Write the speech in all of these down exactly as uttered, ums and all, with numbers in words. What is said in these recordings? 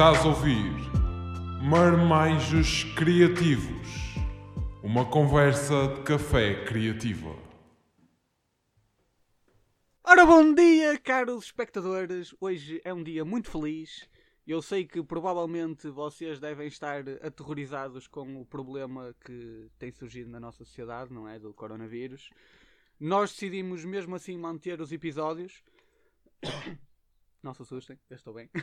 Estás a ouvir Marmanjos Criativos, uma conversa de café criativa. Ora, bom dia, caros espectadores. Hoje é um dia muito feliz. Eu sei que provavelmente vocês devem estar aterrorizados com o problema que tem surgido na nossa sociedade, não é? Do coronavírus. Nós decidimos mesmo assim manter os episódios. Não se assustem, eu estou bem.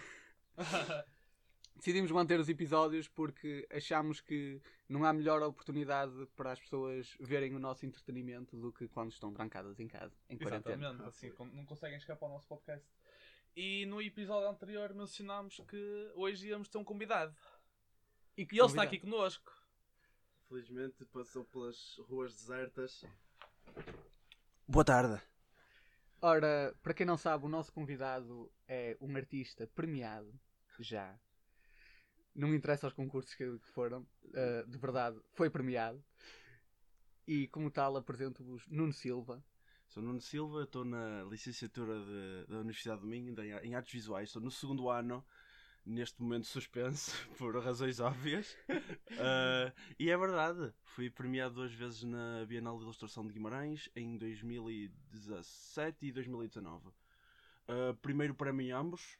Decidimos manter os episódios porque achamos que não há melhor oportunidade para as pessoas verem o nosso entretenimento do que quando estão trancadas em casa, em quarentena. Exatamente, assim não conseguem escapar ao nosso podcast. E no episódio anterior mencionámos que hoje íamos ter um convidado. E, e ele está aqui connosco. Felizmente passou pelas ruas desertas. Boa tarde. Ora, para quem não sabe, o nosso convidado é um artista premiado, já. Não me interessa os concursos que foram, uh, de verdade, foi premiado. E como tal, apresento-vos Nuno Silva. Sou Nuno Silva, estou na licenciatura de, da Universidade do Minho em Artes Visuais. Estou no segundo ano, neste momento suspenso, por razões óbvias. uh, e é verdade, fui premiado duas vezes na Bienal de Ilustração de Guimarães, em dois mil e dezassete e dois mil e dezanove. Uh, primeiro prémio em ambos.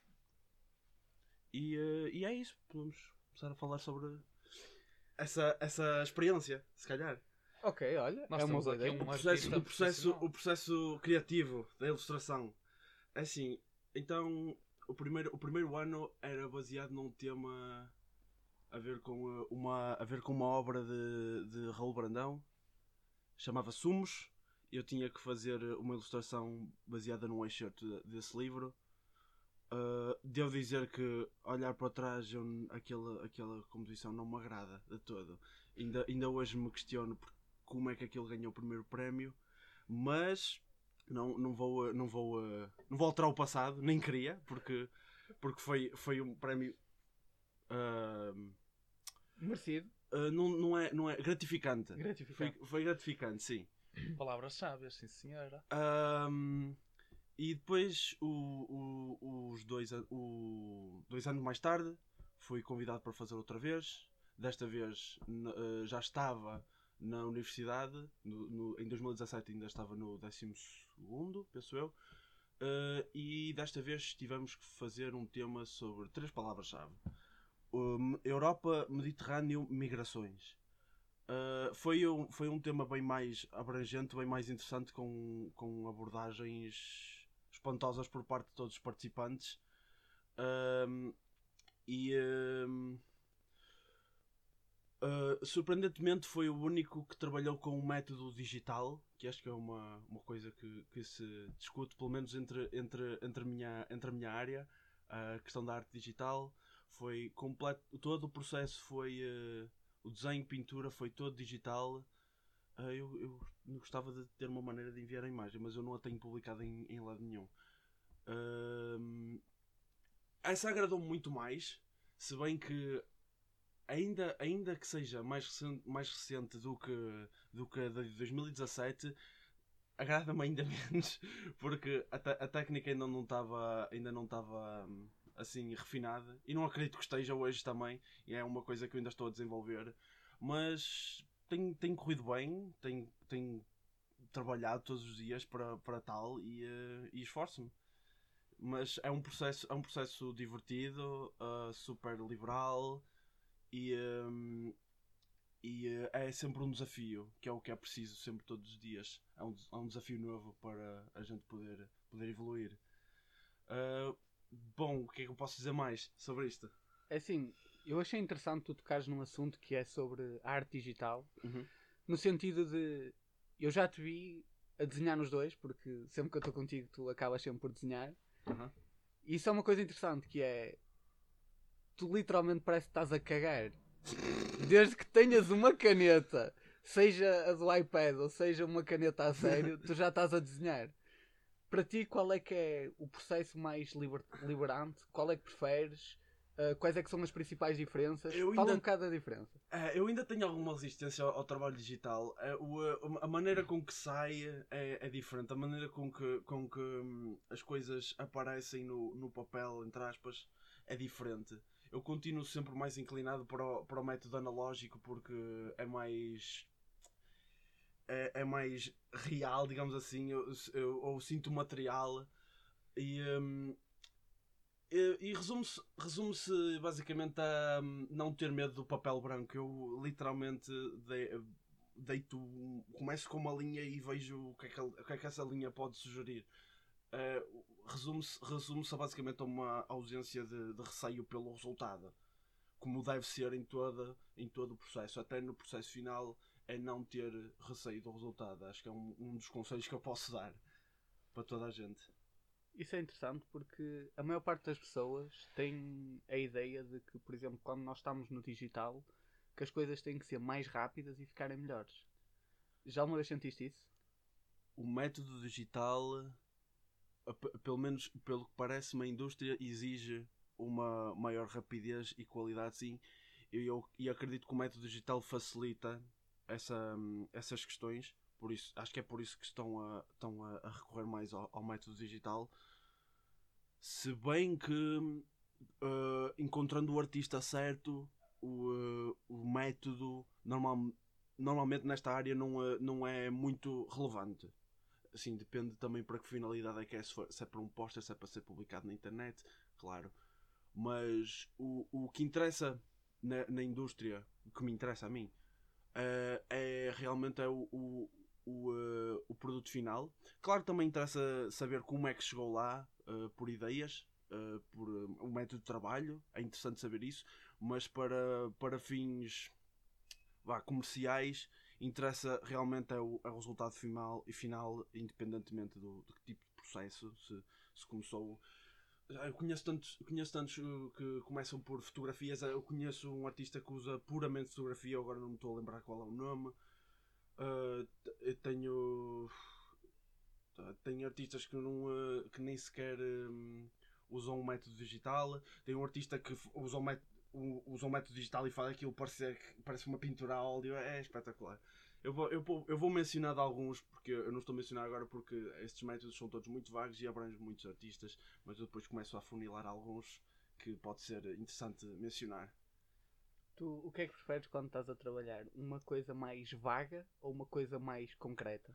E, uh, e é isso, vamos começar a falar sobre essa, essa experiência, se calhar. Ok, olha, Nós é uma boa aqui ideia. um O processo, o, processo, profissional. o processo criativo da ilustração. É assim, então o primeiro, o primeiro ano era baseado num tema a ver com uma, a ver com uma obra de, de Raul Brandão, chamava Sumos. Eu tinha que fazer uma ilustração baseada num excerto desse livro. Uh, devo dizer que olhar para trás eu, aquela, aquela composição não me agrada de todo. Ainda, ainda hoje me questiono como é que aquilo ganhou o primeiro prémio, mas não, não, vou, não, vou, não vou alterar o passado, nem queria, porque, porque foi, foi um prémio uh, merecido. Uh, não, não, é, não é gratificante. Gratificante. Foi, foi gratificante, sim. Palavras sábias, sim senhora. Um, E depois, o, o, os dois, o, dois anos mais tarde, fui convidado para fazer outra vez. Desta vez uh, já estava na universidade, no, no, em dois mil e dezassete ainda estava no décimo segundo, penso eu. Uh, e desta vez tivemos que fazer um tema sobre três palavras-chave. Um, Europa, Mediterrâneo, migrações. Uh, foi, um, foi um tema bem mais abrangente, bem mais interessante, com, com abordagens espantosas por parte de todos os participantes. Um, e um, uh, surpreendentemente foi o único que trabalhou com o método digital, que acho que é uma, uma coisa que, que se discute, pelo menos entre, entre, entre, a, minha, entre a minha área, a questão da arte digital. Foi completo, todo o processo foi uh, o desenho, pintura, foi todo digital. Uh, eu, eu gostava de ter uma maneira de enviar a imagem, mas eu não a tenho publicada em, em lado nenhum. Uh, essa agradou-me muito mais, se bem que ainda, ainda que seja mais recente, mais recente do que, do que a de dois mil e dezassete, agrada-me ainda menos, porque a, a técnica ainda não estava ainda não estava assim refinada, e não acredito que esteja hoje também, e é uma coisa que eu ainda estou a desenvolver, mas tem, tem corrido bem, tem, tem trabalhado todos os dias para, para tal, e, uh, e esforço-me. Mas é um processo, é um processo divertido, uh, super liberal, e, um, e uh, é sempre um desafio, que é o que é preciso sempre todos os dias. É um, é um desafio novo para a gente poder, poder evoluir. Uh, bom, o que é que eu posso dizer mais sobre isto? É assim, eu achei interessante tu tocares num assunto que é sobre a arte digital, Uhum. no sentido de eu já te vi a desenhar nos dois, porque sempre que eu estou contigo tu acabas sempre por desenhar. Uhum. E isso é uma coisa interessante, que é tu literalmente parece que estás a cagar. Desde que tenhas uma caneta, seja a do iPad ou seja uma caneta a sério, tu já estás a desenhar. Para ti, qual é que é o processo mais liber- liberante? Qual é que preferes? Uh, quais é que são as principais diferenças? Eu Fala ainda- um bocado da diferença. É, eu ainda tenho alguma resistência ao, ao trabalho digital. É, o, a, a maneira com que sai é, é diferente. A maneira com que, com que hum, as coisas aparecem no, no papel, entre aspas, é diferente. eu continuo sempre mais inclinado para o, para o método analógico porque é mais é, é mais real, digamos assim. Eu, eu, eu sinto o material e, um, e, e resume-se, resume-se basicamente a um, não ter medo do papel branco. Eu literalmente de, deito, começo com uma linha e vejo o que é que, o que, é que essa linha pode sugerir. Uh, resume-se, resume-se a basicamente a uma ausência de, de receio pelo resultado, como deve ser em, toda, em todo o processo, até no processo final, é não ter receio do resultado. Acho que é um, um dos conselhos que eu posso dar para toda a gente. Isso é interessante porque a maior parte das pessoas tem a ideia de que, por exemplo, quando nós estamos no digital, que as coisas têm que ser mais rápidas e ficarem melhores. Já uma vez sentiste isso? O método digital, pelo menos pelo que parece-me, a indústria exige uma maior rapidez e qualidade, sim. E eu, eu acredito que o método digital facilita essa, essas questões. Por isso, acho que é por isso que estão a, estão a, a recorrer mais ao, ao método digital. Se bem que uh, encontrando o artista certo, o, uh, o método normal, normalmente nesta área não, uh, não é muito relevante. Assim, depende também para que finalidade é que é, se, for, se é para um póster, se é para ser publicado na internet, claro. Mas o, o que interessa na, na indústria, o que me interessa a mim, uh, é realmente é o, o, o, uh, o produto final. Claro, também interessa saber como é que chegou lá, uh, por ideias, uh, por um método de trabalho, é interessante saber isso, mas para, para fins vá, comerciais, interessa realmente é o, é o resultado final, e final independentemente do, do tipo de processo, se, se começou. Eu conheço tantos, conheço tantos que começam por fotografias. Eu conheço um artista que usa puramente fotografia, agora não me estou a lembrar qual é o nome. Uh, eu tenho tenho artistas que, não, uh, que nem sequer um, usam um método digital. Tem um artista que usa um método, usa um método digital e faz aquilo parece, parece uma pintura a óleo. É espetacular. Eu vou, eu, vou, eu vou mencionar de alguns, porque eu não estou a mencionar agora porque estes métodos são todos muito vagos e abrangem muitos artistas, mas eu depois começo a funilar alguns que pode ser interessante mencionar. Tu, o que é que preferes quando estás a trabalhar? Uma coisa mais vaga ou uma coisa mais concreta?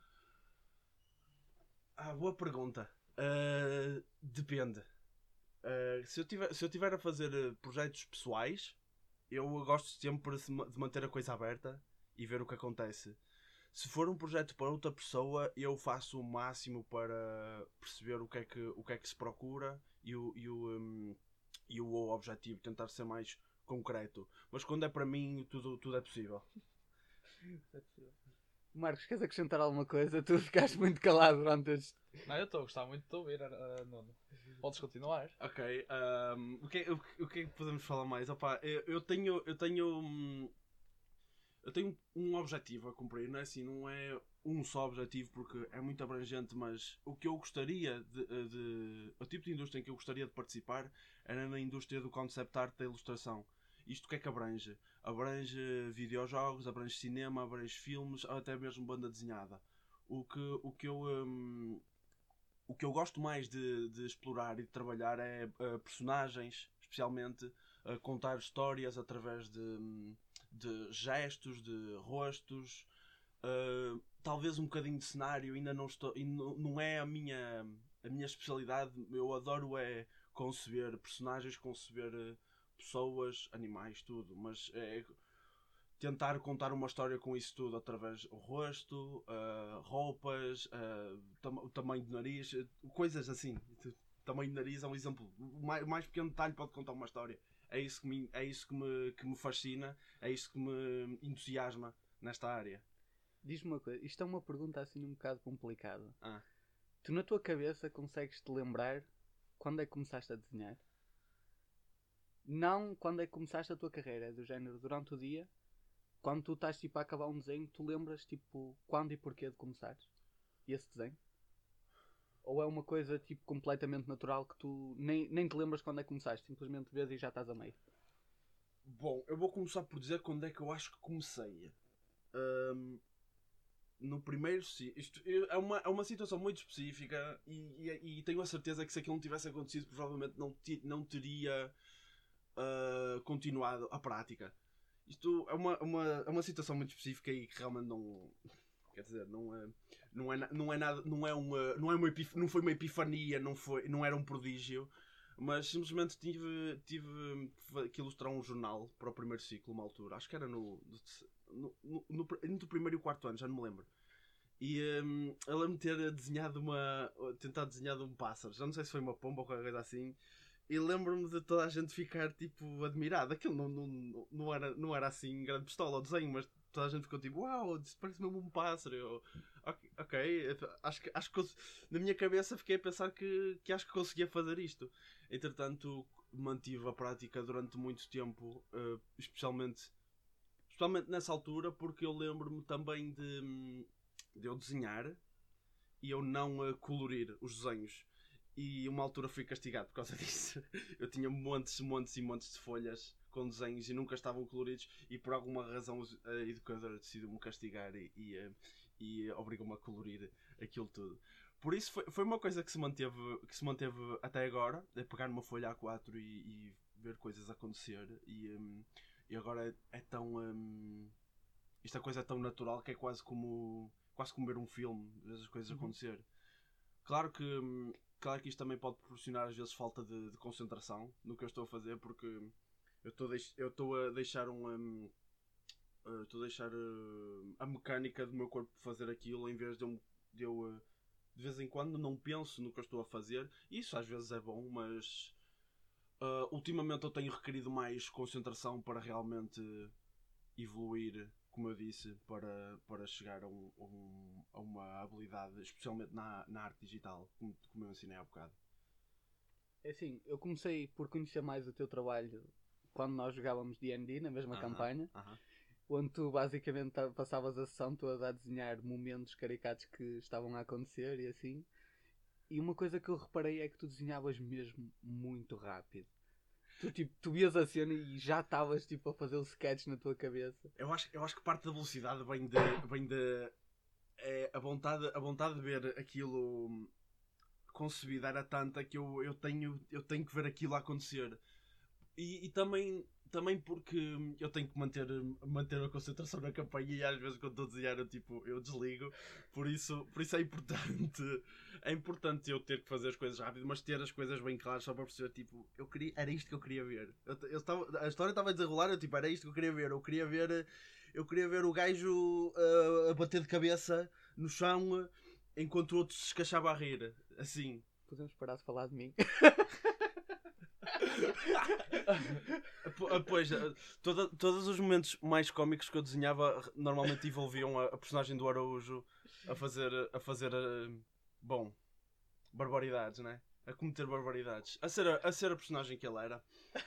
Ah, boa pergunta. Uh, depende. Uh, se, eu tiver, se eu tiver a fazer projetos pessoais, eu gosto sempre de manter a coisa aberta e ver o que acontece. Se for um projeto para outra pessoa, eu faço o máximo para perceber o que é que, o que, é que se procura e o, e, o, um, e o objetivo, tentar ser mais concreto. Mas quando é para mim, tudo, tudo é possível. É possível. Marcos, queres acrescentar alguma coisa? Tu ficaste muito calado durante este... Não, eu estou a gostar muito de ouvir, uh, Nuno. Podes continuar. Ok. Um, o, que, o, o que é que podemos falar mais? Opa, eu, eu tenho... Eu tenho um, Eu tenho um objetivo a cumprir, não é assim, não é um só objetivo porque é muito abrangente, mas o que eu gostaria de, de o tipo de indústria em que eu gostaria de participar era na indústria do concept art da ilustração. Isto o que é que abrange? Abrange videojogos, abrange cinema, abrange filmes, ou até mesmo banda desenhada. O que, o que eu um, o que eu gosto mais de, de explorar e de trabalhar é uh, personagens, especialmente uh, contar histórias através de um, de gestos, de rostos, uh, talvez um bocadinho de cenário. Ainda não estou, não, não é a minha, a minha especialidade. Eu adoro é conceber personagens, conceber uh, pessoas, animais, tudo, mas é tentar contar uma história com isso tudo através do rosto, uh, roupas, uh, tam- o tamanho do nariz, uh, coisas assim. O tamanho do nariz é um exemplo. O mais, o mais pequeno detalhe pode contar uma história. É isso, que me, é isso que, me, que me fascina, é isso que me entusiasma nesta área. Diz-me uma coisa, isto é uma pergunta assim um bocado complicada. Ah. Tu na tua cabeça consegues te lembrar quando é que começaste a desenhar? Não quando é que começaste a tua carreira, é do género durante o dia, quando tu estás tipo a acabar um desenho, tu lembras tipo quando e porquê de começares esse desenho? Ou é uma coisa tipo completamente natural que tu nem, nem te lembras quando é que começaste, simplesmente vês e já estás a meio? Bom, eu vou começar por dizer quando é que eu acho que comecei. Um, no primeiro, isto é uma, é uma situação muito específica e, e, e tenho a certeza que se aquilo não tivesse acontecido, provavelmente não, ti, não teria uh, continuado à prática. Isto é uma, uma, é uma situação muito específica e que realmente não... Quer dizer, não é, não é, não é nada... Não, é uma, não, é uma epif, não foi uma epifania, não, foi, não era um prodígio, mas simplesmente tive, tive que ilustrar um jornal para o primeiro ciclo, uma altura. Acho que era no, no, no, no, entre o primeiro e o quarto ano, já não me lembro. E um, eu lembro-me de ter desenhado uma... Tentado desenhar um pássaro. Já não sei se foi uma pomba ou qualquer coisa assim. E lembro-me de toda a gente ficar, tipo, admirada. Aquilo não, não, não, era, não era assim grande pistola o desenho, mas toda a gente ficou tipo, uau, isso parece mesmo um pássaro. Eu, ok, okay. Acho que, acho que na minha cabeça fiquei a pensar que, que acho que conseguia fazer isto. Entretanto, mantive a prática durante muito tempo, uh, especialmente, especialmente nessa altura, porque eu lembro-me também de, de eu desenhar e eu não uh, colorir os desenhos. E uma altura fui castigado por causa disso. Eu tinha montes, montes e montes de folhas com desenhos e nunca estavam coloridos, e por alguma razão a educadora decidiu-me castigar e, e, e obrigou-me a colorir aquilo tudo. Por isso foi, foi uma coisa que se, manteve, que se manteve até agora, é pegar numa folha A quatro e, e ver coisas acontecer, e, um, e agora é, é tão... Um, esta coisa é tão natural que é quase como, quase como ver um filme, ver as coisas uhum. acontecer. Claro que... Um, Claro que isto também pode proporcionar às vezes falta de, de concentração no que eu estou a fazer, porque eu estou, deix- eu estou a deixar um, um uh, estou a deixar uh, a mecânica do meu corpo fazer aquilo, em vez de eu, de eu uh, de vez em quando não penso no que eu estou a fazer. Isso às vezes é bom, mas uh, ultimamente eu tenho requerido mais concentração para realmente evoluir, como eu disse, para, para chegar a, um, um, a uma habilidade, especialmente na, na arte digital, como, como eu ensinei há bocado. É assim, eu comecei por conhecer mais o teu trabalho quando nós jogávamos D and D na mesma uh-huh, campanha, uh-huh. onde tu basicamente passavas a sessão toda a desenhar momentos caricatos que estavam a acontecer e assim. E uma coisa que eu reparei é que tu desenhavas mesmo muito rápido. Tu, tipo, tu vias a cena e já estavas tipo, a fazer o sketch na tua cabeça. Eu acho, eu acho que parte da velocidade vem de, vem de é, a, vontade, a vontade de ver aquilo concebido era tanta que eu, eu, tenho, eu tenho que ver aquilo a acontecer. E, e também, também porque eu tenho que manter, manter a concentração na campanha, e às vezes quando estou a desenhar eu, tipo, eu desligo. Por isso, por isso é importante é importante eu ter que fazer as coisas rápido, mas ter as coisas bem claras, só para perceber, tipo, eu queria, era isto que eu queria ver. Eu, eu estava, a história estava a desenrolar, eu, tipo, era isto que eu queria ver. Eu queria ver, eu queria ver o gajo uh, a bater de cabeça no chão enquanto o outro se escachava a rir. Assim. Podemos parar de falar de mim? Pois, toda, todos os momentos mais cómicos que eu desenhava normalmente envolviam a, a personagem do Araújo a fazer, a fazer bom, barbaridades, né? A cometer barbaridades, a ser a, a ser a personagem que ele era.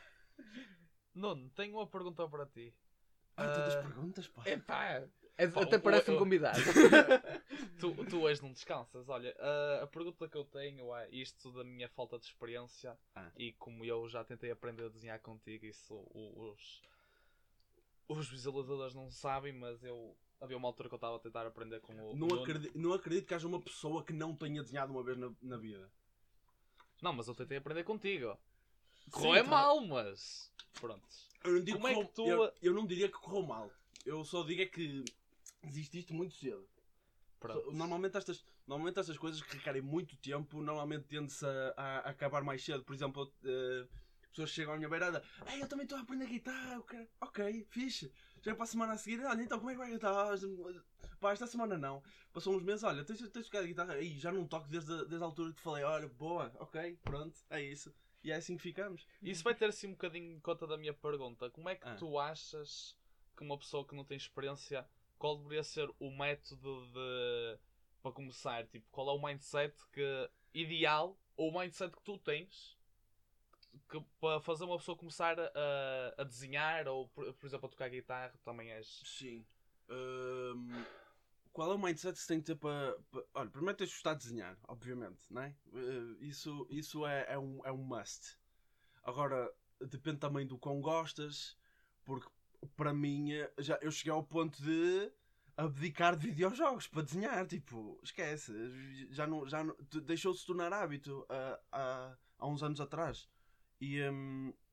Nuno, tenho uma pergunta para ti. Ah, uh... todas as perguntas, pá. Epá, pá, até parece um convidado. tu, tu és não descansas. Olha, uh, a pergunta que eu tenho é isto da minha falta de experiência, ah. e como eu já tentei aprender a desenhar contigo, isso os, os visualizadores não sabem, mas eu havia uma altura que eu estava a tentar aprender com o... Não acredito, não acredito que haja uma pessoa que não tenha desenhado uma vez na, na vida. Não, mas eu tentei aprender contigo. Correu é mal, mas... Pronto. Eu não, digo como que é que tu... eu, eu não diria que correu mal. Eu só digo é que desististe muito cedo. Pronto. Normalmente estas, normalmente estas coisas que requerem muito tempo, normalmente tende-se a, a, a acabar mais cedo. Por exemplo, uh, pessoas chegam à minha beirada, ei, eu também estou a aprender guitarra. Ok, fixe. Já para a semana a seguir, olha, então como é que vai a guitarra? Pá, esta semana não. Passou uns meses, olha, tens, tens de tocar a guitarra. Ei, já não toco desde, desde a altura que te falei, olha, boa, ok, pronto, é isso. E é assim que ficamos. Isso vai ter assim um bocadinho em conta da minha pergunta. Como é que ah. tu achas que uma pessoa que não tem experiência, qual deveria ser o método de... para começar? Tipo, qual é o mindset que... ideal, ou o mindset que tu tens que, para fazer uma pessoa começar a, a desenhar, ou por, por exemplo a tocar guitarra, também és... Sim. Um, qual é o mindset que se tem que ter para... para... Olha, primeiro tens de gostar de desenhar, obviamente, não é? Uh, isso isso é, é, um, é um must. Agora, depende também do quão gostas, porque para mim, já, eu cheguei ao ponto de abdicar de videojogos para desenhar, tipo, esquece, já não, já não, deixou-se tornar hábito uh, uh, há uns anos atrás. E um,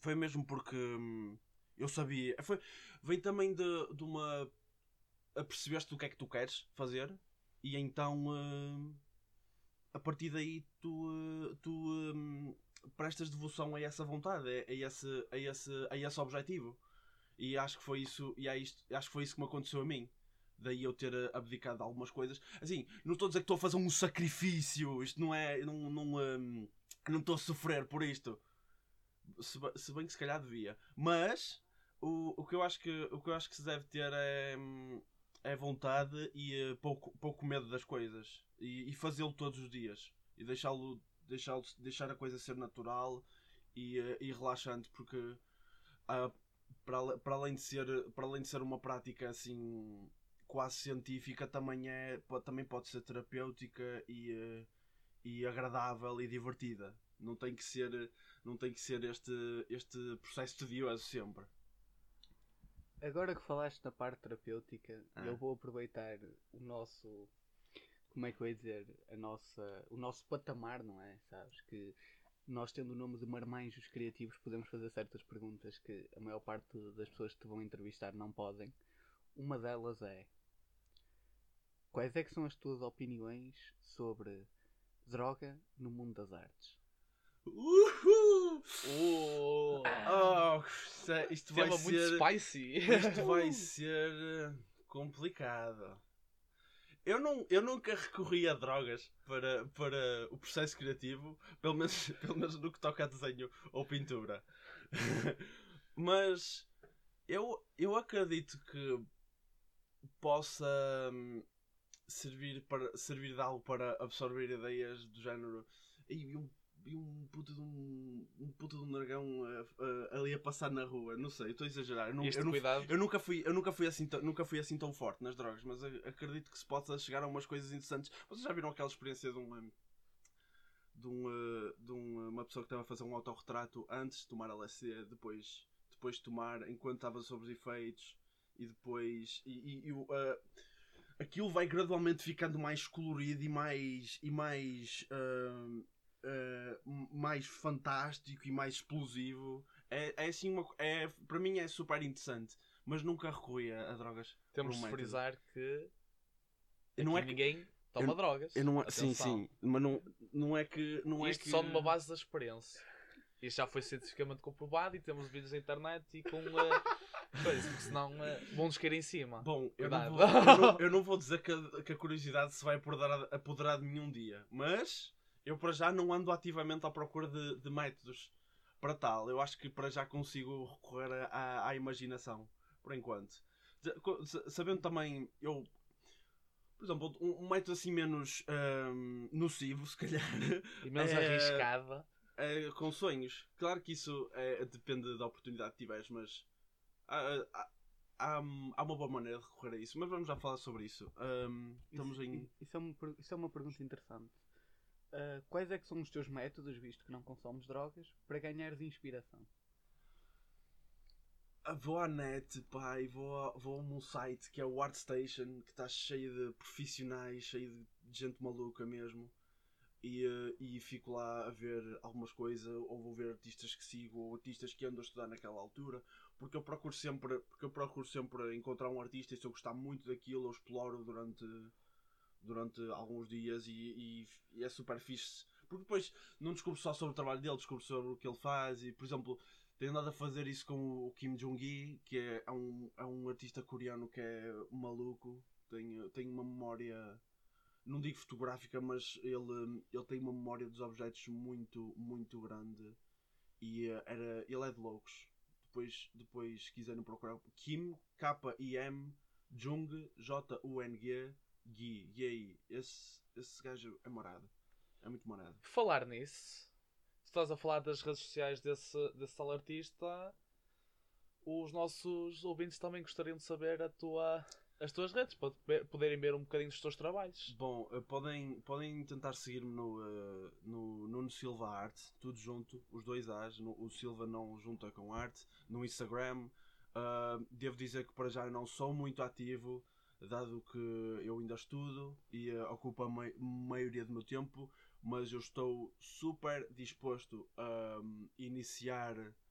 foi mesmo porque hum, eu sabia. Foi, vem também de, de uma. Apercebeste do que é que tu queres fazer e então hum, a partir daí tu, uh, tu hum, prestas devoção a essa vontade, a, a, esse, a, esse, a esse objetivo. E acho que foi isso, e é isto, acho que foi isso que me aconteceu a mim. Daí eu ter abdicado de algumas coisas. Assim, não estou a dizer que estou a fazer um sacrifício. Isto não é. Não, não, um, não estou a sofrer por isto. Se, se bem que se calhar devia. Mas o, o, que eu acho que, o que eu acho que se deve ter é, é vontade e uh, pouco, pouco medo das coisas. E, e fazê-lo todos os dias. E deixá-lo, deixá-lo, deixar a coisa ser natural e, uh, e relaxante. Porque uh, para, para, além de ser, para além de ser uma prática assim quase científica, também, é, também pode ser terapêutica e, uh, e agradável e divertida. Não tem que ser, não tem que ser este, este processo tedioso sempre. Agora que falaste na parte terapêutica, ah. eu vou aproveitar o nosso, como é que eu ia dizer, a nossa, o nosso patamar, não é? Sabes que nós, tendo o nome de marmanjos criativos, podemos fazer certas perguntas que a maior parte das pessoas que te vão entrevistar não podem. Uma delas é: quais é que são as tuas opiniões sobre droga no mundo das artes? Uhul! Uh! Oh, isto vai Tema ser muito spicy. Isto vai ser complicado. Eu, não, eu nunca recorri a drogas para, para o processo criativo, pelo menos, pelo menos no que toca a desenho ou pintura. Mas eu, eu acredito que possa servir, para, servir de algo para absorver ideias do género. E um, e um puto de um, um puto de um nargão uh, uh, ali a passar na rua. Não sei, estou a exagerar. Eu, não, Este eu, não, cuidado. eu, nunca fui, eu nunca, fui assim, nunca fui assim tão forte nas drogas, mas acredito que se possa chegar a umas coisas interessantes. Vocês já viram aquela experiência de um. De, um, de um, uma pessoa que estava a fazer um autorretrato antes de tomar L S D, depois, depois de tomar, enquanto estava sob os efeitos, e depois. E, e, e, uh, aquilo vai gradualmente ficando mais colorido e mais. E mais uh, uh, mais fantástico e mais explosivo. É, é assim uma. É, para mim é super interessante, mas nunca recorri a, a drogas. Temos um de frisar que. Não é que ninguém toma eu, drogas. Eu não, sim, sim, mas não, não é que. Não Isto é que... só numa base da experiência. Isto já foi cientificamente comprovado e temos vídeos na internet e com. Uh, coisa, porque senão uh, vão-nos cair em cima. Bom, eu não, Cuidado. vou, eu, não, eu não vou dizer que a, que a curiosidade se vai apoderar, apoderar de mim um dia, mas eu para já não ando ativamente à procura de, de métodos para tal. Eu acho que para já consigo recorrer à, à imaginação, por enquanto. Sabendo também, eu. Por exemplo, um, um método assim menos um, nocivo, se calhar. E menos é, arriscada. É, com sonhos. Claro que isso é, depende da oportunidade que tiveres, mas há, há, há, há uma boa maneira de recorrer a isso. Mas vamos já falar sobre isso. Um, estamos isso, em... isso, é uma, isso é uma pergunta interessante. Uh, quais é que são os teus métodos, visto que não consomes drogas, para ganhares inspiração? Vou à net, pá, e vou, vou a um site que é o ArtStation, que está cheio de profissionais, cheio de gente maluca mesmo. E, e fico lá a ver algumas coisas, ou vou ver artistas que sigo, ou artistas que ando a estudar naquela altura, porque eu procuro sempre, porque eu procuro sempre encontrar um artista e se eu gostar muito daquilo, eu exploro durante, durante alguns dias e, e, e é super fixe. Porque depois não descubro só sobre o trabalho dele, descubro sobre o que ele faz e, por exemplo, tenho andado a fazer isso com o Kim Jong-gi, que é, é, um, é um artista coreano que é maluco, tem, tem uma memória, não digo fotográfica, mas ele, ele tem uma memória dos objetos muito, muito grande e era, ele é de loucos. Depois, depois se quiserem procurar, Kim, K I M, Jung, J U N G, Gi, Gi, esse, esse gajo é morado, é muito morado. Falar nisso... Se estás a falar das redes sociais desse, desse tal artista, os nossos ouvintes também gostariam de saber a tua, as tuas redes, para poderem ver um bocadinho dos teus trabalhos. Bom, podem, podem tentar seguir-me no, uh, no Nuno Silva Art, tudo junto, os dois A's, no, o Silva não junta com arte, no Instagram. Uh, devo dizer que para já eu não sou muito ativo, dado que eu ainda estudo e uh, ocupa a ma- maioria do meu tempo. Mas eu estou super disposto a um, iniciar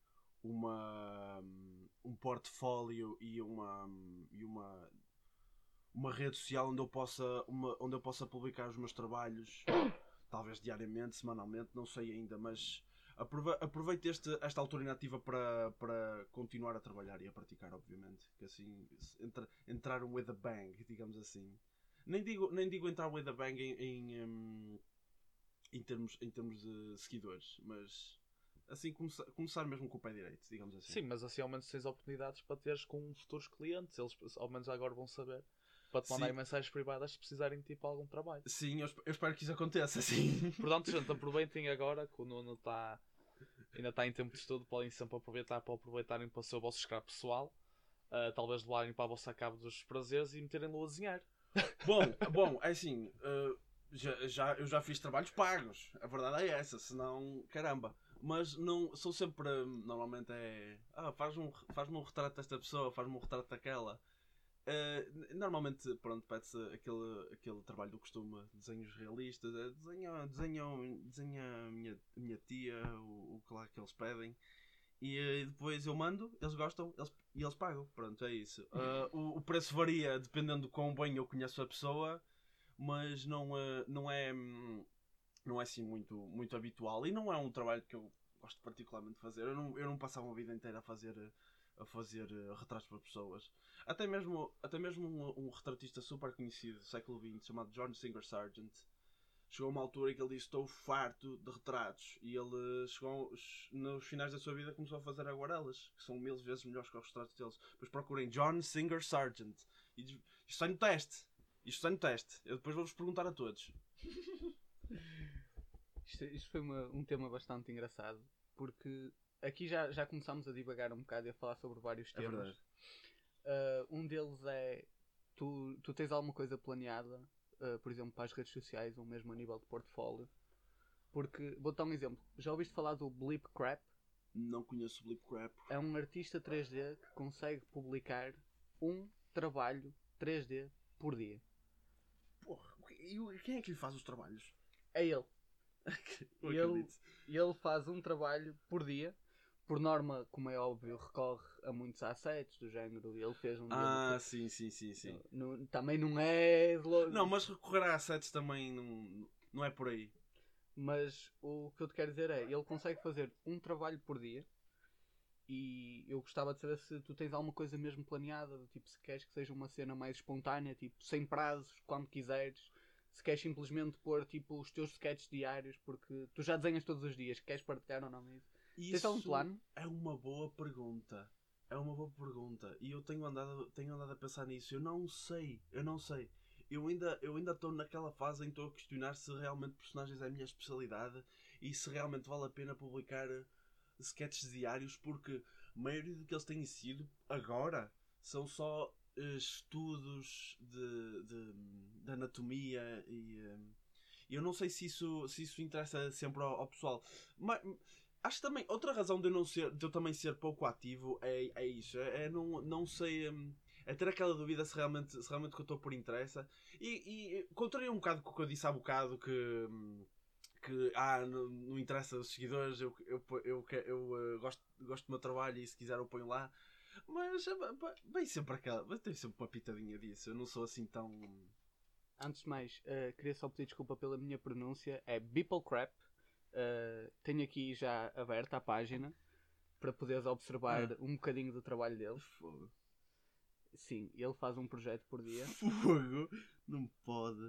uma, um portfólio e uma, e uma, uma rede social onde eu, possa, uma, onde eu possa publicar os meus trabalhos, talvez diariamente, semanalmente, não sei ainda, mas aprove- aproveito este, esta altura inativa para, para continuar a trabalhar e a praticar, obviamente, que assim, entra, entrar um with a bang, digamos assim. Nem digo, nem digo entrar with a bang em, em, em, em, termos, em termos de seguidores, mas assim começar, começar mesmo com o pé direito, digamos assim. Sim, mas assim ao menos tens oportunidades para teres com futuros clientes. Eles ao menos agora vão saber. Para te mandarem Sim. mensagens privadas se precisarem de tipo algum trabalho. Sim, eu, eu espero que isso aconteça, sim. Portanto, gente, aproveitem agora que o Nuno está, ainda está em tempo de estudo. Podem sempre aproveitar para aproveitarem para o seu vosso scrap pessoal. Uh, talvez levarem para a vossa cabo dos prazeres e meterem-lo a desenhar. Bom, bom, é assim, uh, já, já, eu já fiz trabalhos pagos, a verdade é essa, senão, caramba. Mas não, sou sempre, normalmente é, ah, faz-me um, faz-me um retrato desta pessoa, faz-me um retrato daquela. Uh, normalmente, pronto, pede-se aquele, aquele trabalho do costume, desenhos realistas, é, desenha, desenha, desenha a minha, a minha tia, o, o que lá que eles pedem. E uh, depois eu mando, eles gostam eles, e eles pagam. Pronto, é isso. Uh, o, o preço varia dependendo do quão bem eu conheço a pessoa, mas não, uh, não, é, não é assim muito, muito habitual. E não é um trabalho que eu gosto particularmente de fazer. Eu não, eu não passava uma vida inteira a fazer, a fazer uh, retratos para pessoas. Até mesmo, até mesmo um, um retratista super conhecido do século vinte, chamado John Singer Sargent, chegou a uma altura em que ele disse: estou farto de retratos. E ele chegou, nos finais da sua vida, começou a fazer aguarelas, que são mil vezes melhores que os retratos deles. Depois procurem John Singer Sargent. E isto está no teste. Isto está no teste. Eu depois vou-vos perguntar a todos. Isto, isto foi uma, um tema bastante engraçado, porque aqui já, já começámos a divagar um bocado e a falar sobre vários É temas. verdade. Uh, um deles é: tu, tu tens alguma coisa planeada, uh, por exemplo, para as redes sociais ou mesmo a nível de portfólio? Porque, vou dar um exemplo. Já ouviste falar do Blip Crap? Não conheço o Blip Crap. É um artista três D que consegue publicar um trabalho três D por dia. Porra, e o- quem é que lhe faz os trabalhos? É ele. Eu E ele, acredito. ele faz um trabalho por dia. Por norma, como é óbvio, recorre a muitos assets do género. Ele fez um Ah, dele. sim, sim, sim, sim. Não- também não é. lo- Não, mas recorrer a assets também não, não é por aí. Mas o que eu te quero dizer é: ele consegue fazer um trabalho por dia. E eu gostava de saber se tu tens alguma coisa mesmo planeada, do tipo, se queres que seja uma cena mais espontânea, tipo, sem prazos, quando quiseres. Se queres simplesmente pôr tipo os teus sketches diários, porque tu já desenhas todos os dias, queres partilhar ou não é isso? Tens algum plano? É uma boa pergunta. É uma boa pergunta. E eu tenho andado, tenho andado a pensar nisso. Eu não sei. Eu não sei. Eu ainda eu ainda estou naquela fase em que estou a questionar se realmente personagens é a minha especialidade e se realmente vale a pena publicar sketches diários, porque a maioria do que eles têm sido agora são só uh, estudos de, de, de anatomia e uh, eu não sei se isso, se isso interessa sempre ao, ao pessoal. Mas acho também, outra razão de eu, não ser, de eu também ser pouco ativo é, é isso, é, é não, não sei, um, é ter aquela dúvida se realmente, se realmente o que eu estou por interessa. E, e contraria um bocado com o que eu disse há bocado, que, que ah, não, não interessa os seguidores, eu, eu, eu, eu, eu uh, gosto, gosto do meu trabalho e se quiser eu ponho lá. Mas bem sempre aquela, mas tem sempre uma pitadinha disso, eu não sou assim tão... Antes de mais, uh, queria só pedir desculpa pela minha pronúncia, é Beeplecrap. Uh, tenho aqui já aberta a página para poderes observar ah. um bocadinho do trabalho dele. Fogo. Sim, ele faz um projeto por dia. Fogo? Não pode.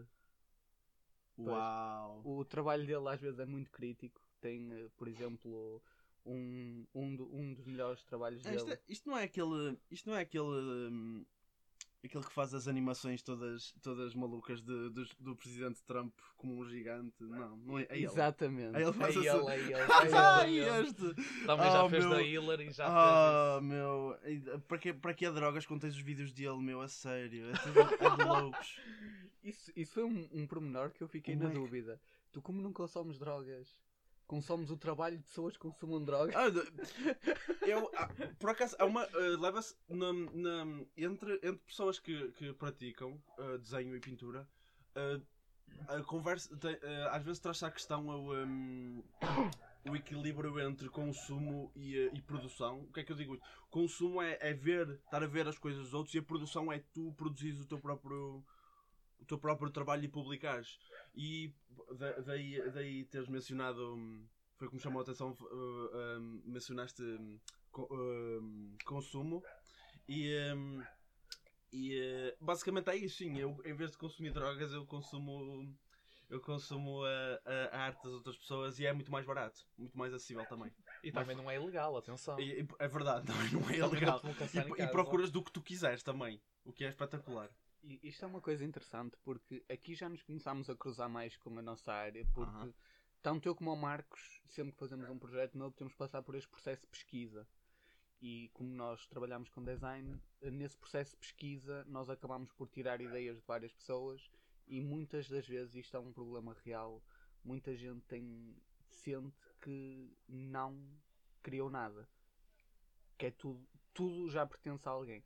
Pois. Uau! O trabalho dele às vezes é muito crítico. Tem, uh, por exemplo, um, um, do, um dos melhores trabalhos Ah, dele. isto, é, isto não é aquele. Isto não é aquele. Hum, aquele que faz as animações todas, todas malucas de, do, do presidente Trump como um gigante. Não, não é, é ele. Exatamente. É ele, faz é, assim. ele, é ele, é Ah, ele. este! Também já Oh, fez meu. da Hiller e já Ah, fez meu. Para que, para que há drogas quando tens os vídeos dele, meu? A sério. É tudo é de loucos. Isso, isso foi um, um pormenor que eu fiquei Como na é que- dúvida. Tu, como não consomes drogas, consomes o trabalho de pessoas que consumam drogas? Ah, de- eu, ah, por acaso, há uma. ah, leva-se na, na- entre, entre pessoas que, que praticam ah, desenho e pintura, ah, a conversa. tem- ah, às vezes traz-se à questão o, um, o equilíbrio entre consumo e, e produção. O que é que eu digo? Consumo é, é ver, estar a ver as coisas dos outros, e a produção é tu produzires o teu próprio, o teu próprio trabalho e publicares. E da, daí, daí teres mencionado, foi como chamou a atenção, uh, um, mencionaste um, um, consumo. E, um, e uh, basicamente é isso, sim. Eu, em vez de consumir drogas, eu consumo... Eu consumo a, a, a arte das outras pessoas, e é muito mais barato, muito mais acessível também. E também não é ilegal, atenção. E, e, é verdade, também não é Também ilegal. dá-te um caçar em E, e casa. procuras do que tu quiseres também, o que é espetacular. E isto é uma coisa interessante, porque aqui já nos começámos a cruzar mais com a nossa área, porque Aham. tanto eu como o Marcos, sempre que fazemos um projeto novo, temos que passar por este processo de pesquisa. E como nós trabalhamos com design, nesse processo de pesquisa nós acabamos por tirar ideias de várias pessoas, e muitas das vezes isto é um problema real. Muita gente tem, sente que não criou nada, que é tudo, tudo já pertence a alguém.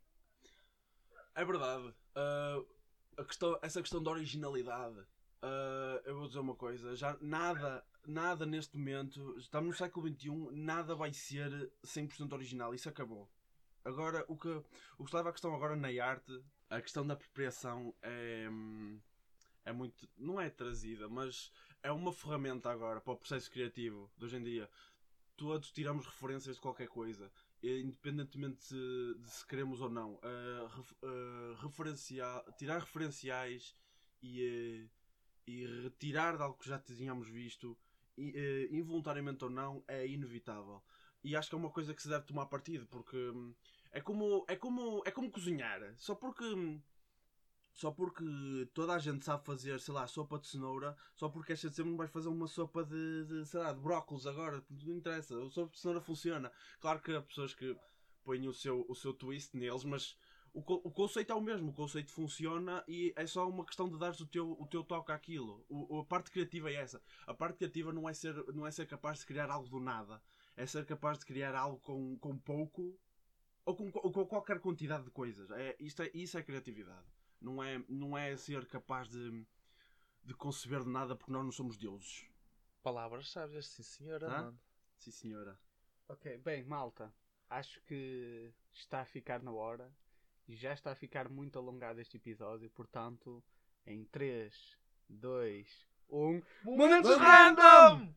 É verdade. Uh, a questão, essa questão da originalidade, uh, eu vou dizer uma coisa, já nada, nada neste momento, estamos no século vinte e um, nada vai ser cem por cento original, isso acabou. Agora, o que, o que se leva à questão agora na arte, a questão da apropriação é, é muito, não é trazida, mas é uma ferramenta agora para o processo criativo de hoje em dia. Todos tiramos referências de qualquer coisa, independentemente de, de se queremos ou não. Uh, ref, uh, referenciar, tirar referenciais e, uh, e retirar de algo que já tínhamos visto, e, uh, involuntariamente ou não, é inevitável. E acho que é uma coisa que se deve tomar partido, porque hum, é como, é como, é como cozinhar. Só porque, hum, só porque toda a gente sabe fazer, sei lá, sopa de cenoura, só porque esta de sempre não vais fazer uma sopa de, de, sei lá, de brócolis agora, não interessa, a sopa de cenoura funciona. Claro que há pessoas que põem o seu, o seu twist neles, mas o, o conceito é o mesmo, o conceito funciona, e é só uma questão de dares o teu, o teu toque àquilo. O, a parte criativa é essa. A parte criativa não é ser, não é ser capaz de criar algo do nada. É ser capaz de criar algo com, com pouco, ou com, ou com qualquer quantidade de coisas. É, isto é, isso é criatividade. Não é, não é ser capaz de, de conceber de nada, porque nós não somos deuses. Palavras sábias, sim senhora. Tá? Mano. Sim, senhora. Ok, bem, malta, acho que está a ficar na hora, e já está a ficar muito alongado este episódio, portanto, em três, dois, um... Momentos random!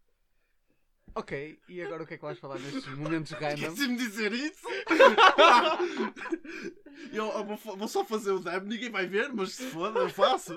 Ok, e agora o que é que vais falar nestes momentos random? Esqueci-me de dizer isso? eu, eu vou, vou só fazer o dab, ninguém vai ver, mas se foda, eu faço.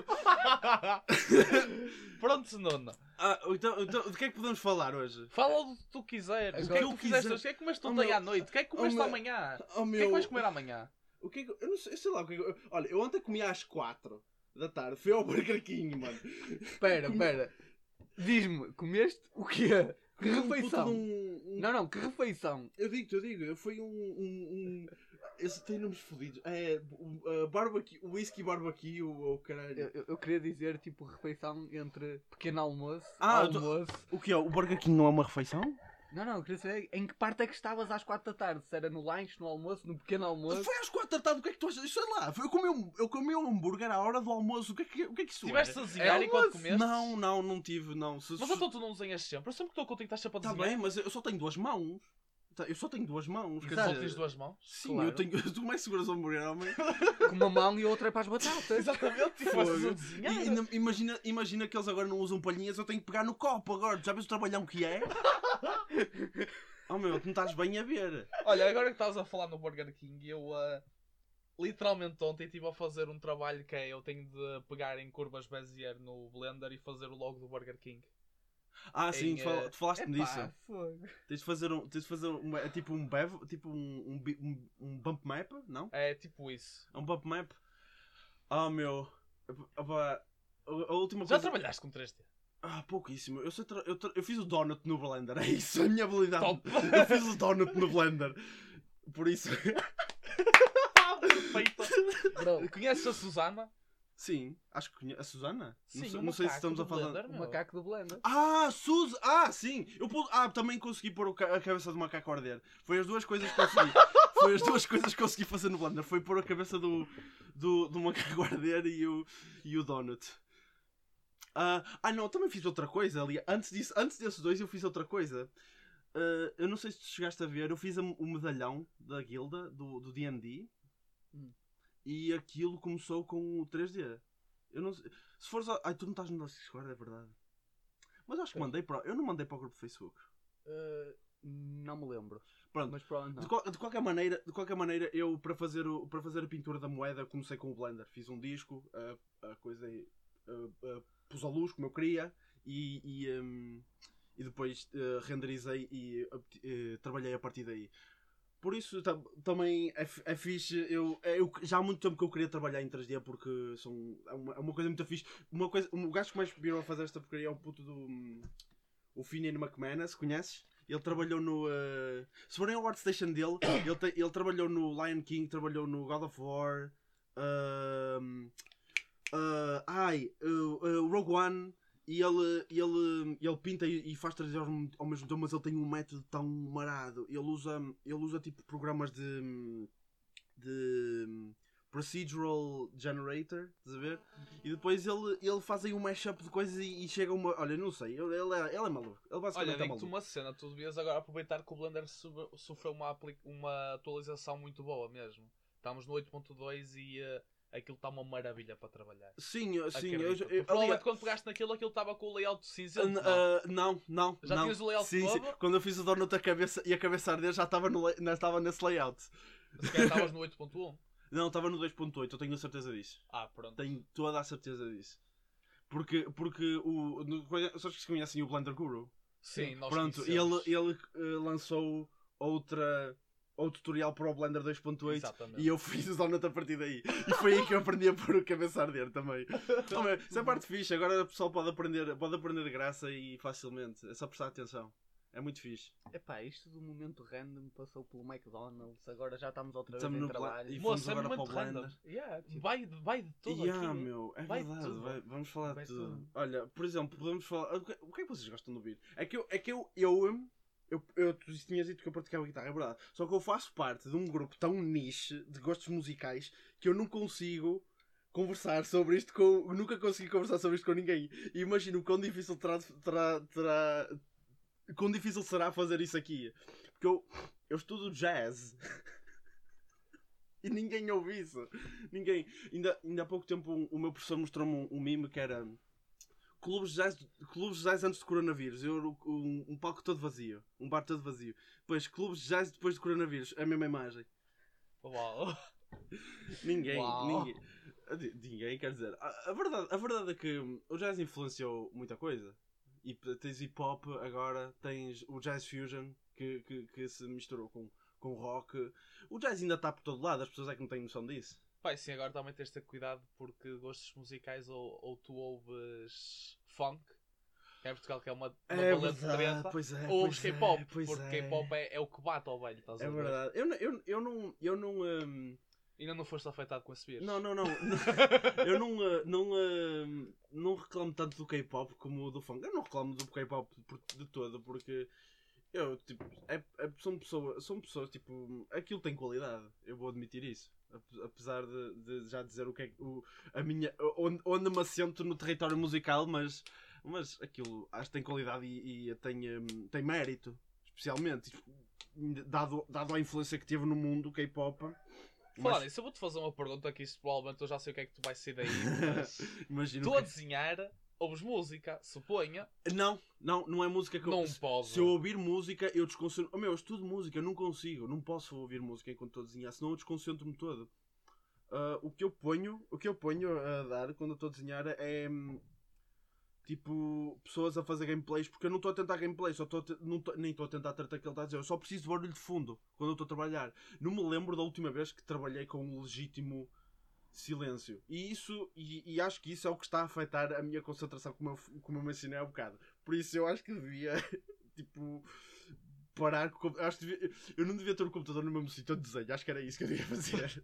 Pronto, Nuno. Ah, então, então, de que é que podemos falar hoje? Fala do que tu quiseres. O que é que tu fizeste hoje? O que é que comeste Oh, ontem meu- à noite? O que é que oh, comeste meu- amanhã? Oh, O que é que vais comer amanhã? O que é que eu, eu não sei, eu sei lá o que é que eu, olha, eu ontem comi às quatro da tarde, fui ao Burger King, mano. Espera, espera. Diz-me, comeste o quê? Que Comi um puto refeição? de um- um- Não, não, que refeição? Eu digo-te, eu digo, foi um, um, um esse tem nomes fodidos. É uh, barbecue, whisky barbecue ou caralho. Eu, eu- eu queria dizer, tipo, refeição entre pequeno almoço, Ah, eu tô- almoço... O que é? O Burger King não é uma refeição? Não, não, eu queria saber em que parte é que estavas às quatro da tarde. Se era no lanche, no almoço, no pequeno almoço... Foi às quatro da tarde, o que é que tu achas? Sei lá, foi- eu comi um, eu comi um hambúrguer à hora do almoço, o que é que, o que, é que isso Tiveste é? a desenhar É enquanto almoço. comeste? Não, não, não tive, não. Se, Mas então tu não desenhas sempre? Eu sempre que estou contigo estás sempre a Tá desenhar. bem, mas eu só tenho duas mãos. Tá, Eu só tenho duas mãos. Porque quer só dizer, tens duas mãos? Sim, Claro. eu tenho. Tu como é que seguras o hambúrguer, homem? Com uma mão e outra é para as batatas. Exatamente, e Fogo. começas a desenhar. E ainda- imagina, imagina que eles agora não usam palhinhas, eu tenho que pegar no copo agora. Já vês o trabalhão que é? Oh meu, tu não estás bem a ver. Olha, agora que estás a falar no Burger King, eu uh, literalmente ontem estive a fazer um trabalho que é eu tenho de pegar em curvas Bezier no Blender e fazer o logo do Burger King. Ah, sim, Em, tu, fal- eh, tu falaste-me disso. Epá, fogo. Tens de fazer um. Tens de fazer um, é tipo um bev, tipo um, um, bi- um, um bump map, não? É tipo isso. É um bump map. Ah meu. Opa, a, a última Já coisa. trabalhaste com três D? Ah, pouquíssimo. Eu, sei tra- eu, tra- eu fiz o donut no Blender, é isso, a minha habilidade. Top. Eu fiz o donut no Blender. Por isso. Perfeito. Bro, Conheces a Susana? Sim, acho que conheço. A Susana? Sim, não sei, o não sei se macaco estamos do a falar. Blender, o meu. macaco do Blender. Ah, Sus! Ah, sim! Eu pude... Ah, também consegui pôr o ca- a cabeça do macaco a arder. Foi as duas coisas que consegui. Foi as duas coisas que consegui fazer no Blender. Foi pôr a cabeça do, do, do macaco a arder e o, e o donut. Uh, ah não, também fiz outra coisa ali. Antes, disso, antes desses dois eu fiz outra coisa. Uh, eu não sei se tu chegaste a ver, eu fiz a, o medalhão da guilda, do, do D and D. Hum. E aquilo começou com o três D. Eu não sei. Se fores ao... Ai, tu não estás no Discord, é verdade. Mas acho que mandei para... Eu não mandei para o grupo do Facebook. Uh, não me lembro. Pronto. Mas pronto, não. De, qual, de, qualquer maneira, de qualquer maneira, eu para fazer, o, para fazer a pintura da moeda comecei com o Blender. Fiz um disco, a, a coisa uh, uh, pus a luz como eu queria e, e, um, e depois uh, renderizei e uh, uh, trabalhei a partir daí. Por isso tam, também é, é fixe. Eu, eu, já há muito tempo que eu queria trabalhar em três D porque são, é, uma, é uma coisa muito fixe. Uma coisa, o gajo que mais virou a fazer esta porcaria é o puto do. Um, o Finian McManus, conheces? Ele trabalhou no. Uh, se forem ao Artstation dele, ele, te, ele trabalhou no Lion King, trabalhou no God of War. Uh, uh, ai, uh, uh, Rogue One. E ele, ele, ele pinta e, e faz trazer ao mesmo tempo, mas ele tem um método tão marado. Ele usa, ele usa tipo programas de. de. Procedural Generator, estás a ver? E depois ele, ele faz aí um mashup de coisas e, e chega a uma. Olha, não sei, ele, ele, é, ele é maluco. Ele basicamente Olha, é digo-te maluco. uma cena, tu devias agora aproveitar que o Blender sofreu uma, uma atualização muito boa mesmo. Estamos no oito ponto dois e uh, aquilo está uma maravilha para trabalhar. Sim, sim. Eu, eu, eu, provavelmente ali, quando pegaste naquilo, aquilo estava com o layout cinzento. Uh, não? uh, não, não. Já não. tinhas o layout sim, novo? sim. Quando eu fiz o donut da cabeça e a cabeça arder já estava, no, já estava nesse layout. Se calhar estavas no oito ponto um. Não, estava no dois ponto oito, eu tenho a certeza disso. Ah, pronto. Tenho toda a certeza disso. Porque, porque o. Só que se conhecem o Blender Guru. Sim, nós Pronto, ele, conhecemos. ele uh, lançou outra. Outro tutorial para o Blender dois ponto oito Exatamente. e eu fiz o donut a partir daí. E foi aí que eu aprendi a pôr o cabeça a arder também. Oh, meu, isso é a parte fixe, agora o pessoal pode aprender, pode aprender de graça e facilmente. É só prestar atenção. É muito fixe. Epá, isto do momento random passou pelo McDonald's, agora já estamos outra vez Estamos em no trabalho. Bla- e Moço, fomos é agora para o muito Blender. random. Yeah, tipo, Vai, vai de tudo Yeah, aqui. meu, é Vai de verdade, tudo. vai- vamos falar Vai de tudo. tudo. Olha, por exemplo, podemos falar. O que, o que é que vocês gostam de ouvir? É que eu, é que eu, eu, eu, eu, tu tinhas dito que eu praticava guitarra, é verdade. Só que eu faço parte de um grupo tão niche de gostos musicais que eu não consigo conversar sobre isto com. Nunca consegui conversar sobre isto com ninguém. E imagino o quão difícil terá, terá, terá. Quão difícil será fazer isso aqui. Porque eu, eu estudo jazz. E ninguém ouve isso. Ninguém. Ainda, ainda há pouco tempo um, o meu professor mostrou-me um, um meme que era clubes de jazz, clubes de jazz antes do coronavírus. Eu, um, um palco todo vazio. Um bar todo vazio. Depois clubes de jazz depois do coronavírus. A mesma imagem. Uau. Ninguém. Uau. Ninguém. Ninguém, quer dizer. A, a, verdade, a verdade é que o jazz influenciou muita coisa. E tens hip hop, agora tens o jazz fusion que, que, que se misturou com, com rock. O jazz ainda está por todo lado, as pessoas é que não têm noção disso. Pai, sim, agora também tens de ter cuidado porque gostos musicais ou, ou tu ouves funk, que é em Portugal que é uma, uma É valente verdade, treta, pois é, ou ouves pois K-pop, é, pois porque é. K-pop é, é o que bate ao velho, estás a É ver? verdade. Eu, não- eu, eu não. Eu não hum, Ainda não foste afetado com esse vírus? não, não, não. Eu não, uh, não, uh, não reclamo tanto do K-pop como do funk. Eu não reclamo do K-pop por- de todo, porque eu, tipo, é, é- são, pessoas, são pessoas, tipo, aquilo tem qualidade. Eu vou admitir isso. Ape- Apesar de, de já dizer o que é que- o, a minha, onde, onde me assento no território musical, mas, mas aquilo acho que tem qualidade e, e tem, hum, tem mérito, especialmente, tipo, dado, dado a influência que teve no mundo o K-pop. Falar Mas- nisso, eu vou-te fazer uma pergunta que isso provavelmente eu já sei o que é que tu vais sair daí, mas Imagino tu que- a desenhar, ouves música, suponha, Não, não, não é música que eu... não se- pode. Se eu ouvir música, eu desconcentro... Oh meu, eu estudo música, eu não consigo, não posso ouvir música enquanto estou a desenhar, senão eu desconcentro-me todo. Ah, o que eu ponho, o que eu ponho a dar quando eu estou a desenhar é... hum, tipo, pessoas a fazer gameplays, porque eu não estou a tentar gameplay, só estou a te- não tô- nem estou a tentar tratar aquilo que ele está a dizer, eu só preciso de barulho de fundo quando eu estou a trabalhar. Não me lembro da última vez que trabalhei com um legítimo silêncio. E isso, e, e acho que isso é o que está a afetar a minha concentração, como eu, como eu mencionei há bocado. Por isso eu acho que devia, tipo, parar com o computador. Acho que devia- eu não devia ter o computador no mesmo sítio de desenho, acho que era isso que eu devia fazer.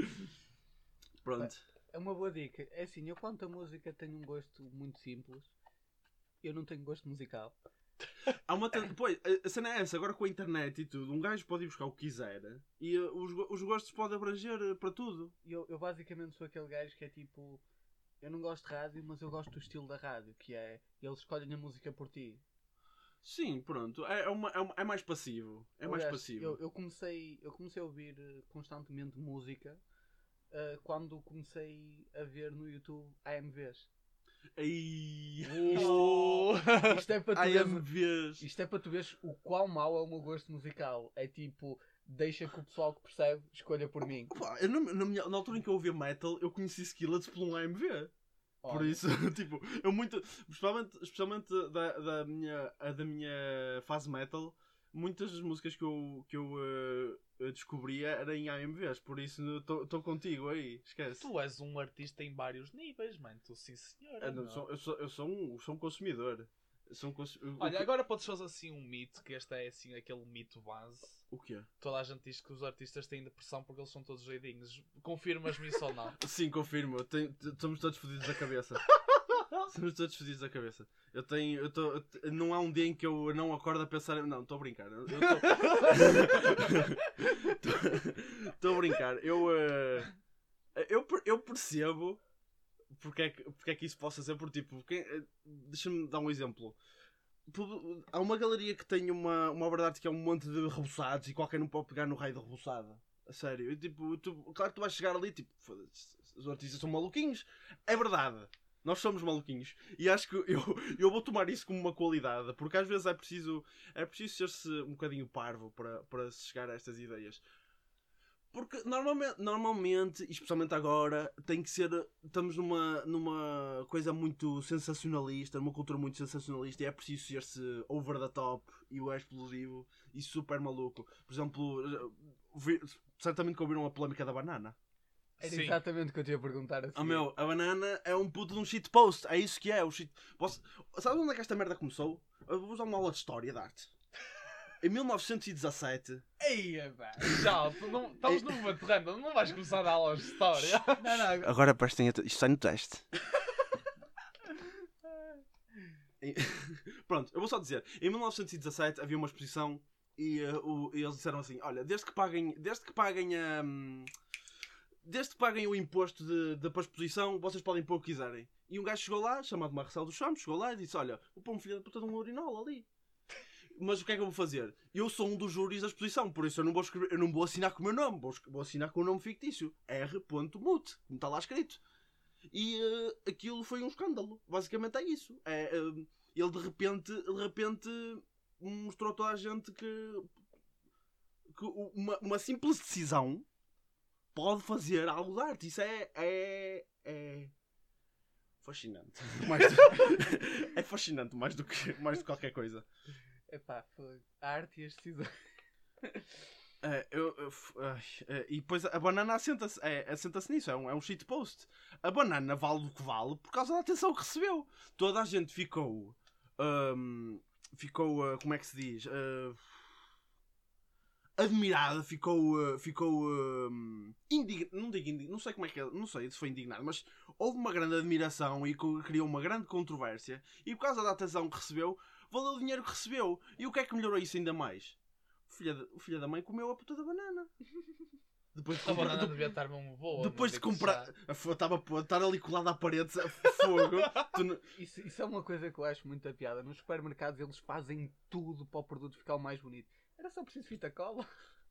Pronto. é uma boa dica. É assim, eu quanto a música tenho um gosto muito simples. Eu não tenho gosto musical. Há uma ten- Pois, a- a cena é essa, agora com a internet e tudo, um gajo pode ir buscar o que quiser e uh, os, go- os gostos podem abranger uh, para tudo. Eu, eu basicamente sou aquele gajo que é tipo. eu não gosto de rádio, mas eu gosto do estilo da rádio, que é eles escolhem a música por ti. Sim, pronto. É, é, uma, é, uma- é mais passivo. É mais Aliás, passivo. Eu, eu, comecei, eu comecei a ouvir eh, constantemente música eh, quando comecei a ver no YouTube A M Vs. Ai. Oh. Isto é para tu Ai, veres, me vês. isto é para tu veres o quão mau é o meu gosto musical. É tipo, deixa que o pessoal que percebe escolha por mim. Opa, eu na, na, minha- na altura em que eu ouvia metal, eu conheci Skillets por um A M V. Por Olha, isso, tipo, eu muito. Especialmente, especialmente da, da, minha, a da minha fase metal, muitas das músicas que eu, que eu eh, descobria eram em A M Vs. Por isso, estou contigo aí, esquece. Tu és um artista em vários níveis, mano. Tu sim, senhora. Eu, não meu. sou, eu, sou, eu sou, um, sou um consumidor. Eu sou um cons... Olha, agora podes fazer assim um mito, que este é assim aquele mito base. O quê? Toda a gente diz que os artistas têm depressão porque eles são todos doidinhos. Confirmas-me isso ou não? Sim, confirmo. Eu tenho- t- Estamos todos fodidos da cabeça. Estamos todos fodidos da cabeça. Eu tenho. Eu tô, eu te- não há um dia em que eu não acordo a pensar. em- Não, estou a brincar. Eu estou a brincar. Eu, eh, eu. per- Eu percebo porque é, que, porque é que isso possa ser. Por tipo. Quem, eh, deixa-me dar um exemplo. Pu- Há uma galeria que tem uma, uma obra de arte que é um monte de reboçados e qualquer um pode pegar no raio de reboçada. A sério. E, tipo, tu, claro que tu vais chegar ali tipo. Foda-se, os artistas são maluquinhos. É verdade. Nós somos maluquinhos. E acho que eu, eu vou tomar isso como uma qualidade. Porque às vezes é preciso, é preciso ser-se um bocadinho parvo para, para se chegar a estas ideias. Porque normalmente, normalmente, e especialmente agora, tem que ser. Estamos numa, numa coisa muito sensacionalista, numa cultura muito sensacionalista, e é preciso ser-se over the top e o explosivo e super maluco. Por exemplo, vi- certamente que ouviram a polémica da banana. era Sim. exatamente o que eu te ia perguntar assim. Ah, meu, a banana é um puto de um shitpost. É isso que é. O shit... Posso... Sabes onde é que esta merda começou? Eu vou usar uma aula de história de arte. Em mil novecentos e dezassete. Eia, velho. Já, tu não, estamos numa terreno, não vais começar a dar aulas de história. Não, não, Agora prestem atenção. Isto sai no teste. Pronto, eu vou só dizer. Em mil novecentos e dezassete havia uma exposição e, uh, o- e eles disseram assim: olha, desde que paguem, desde que paguem a. hum, desde que paguem o imposto de, de, para a exposição, vocês podem pôr o que quiserem. E um gajo chegou lá, chamado Marcelo dos Champs, chegou lá e disse: olha, vou pôr um filho da puta de um urinol ali. Mas o que é que eu vou fazer? Eu sou um dos júris da exposição, por isso eu não vou, escrever, eu não vou assinar com o meu nome, vou, vou assinar com o nome fictício. R. Mute, como está lá escrito. E uh, aquilo foi um escândalo. Basicamente é isso. É, uh, ele de repente, de repente mostrou a toda a gente que, que uma, uma simples decisão pode fazer algo de arte. Isso é, é, é fascinante. Mais do- é fascinante mais do que, mais do que qualquer coisa. epá, foi a arte e as decisões. É, eu, eu, f- ai, é, e depois a banana assenta-se é, assenta-se nisso, é um, é um shitpost. A banana vale o que vale por causa da atenção que recebeu. Toda a gente ficou. hum, ficou. uh, como é que se diz? Uh, admirada, ficou. uh, ficou. Um, indig... Não digo indig... Não sei como é que é. Não sei se foi indignado, mas houve uma grande admiração e co- criou uma grande controvérsia. E por causa da atenção que recebeu, valeu o dinheiro que recebeu. E o que é que melhorou isso ainda mais? O filho, de, o filho da mãe comeu a puta da banana. Depois de A comprar, banana de- devia estar mesmo boa. depois não de digo comprar. já. a fo- Estava a estar ali colado à parede, a fogo. Tu não- Isso, isso é uma coisa que eu acho muito a piada. Nos supermercados eles fazem tudo para o produto ficar o mais bonito. Era só preciso fita cola.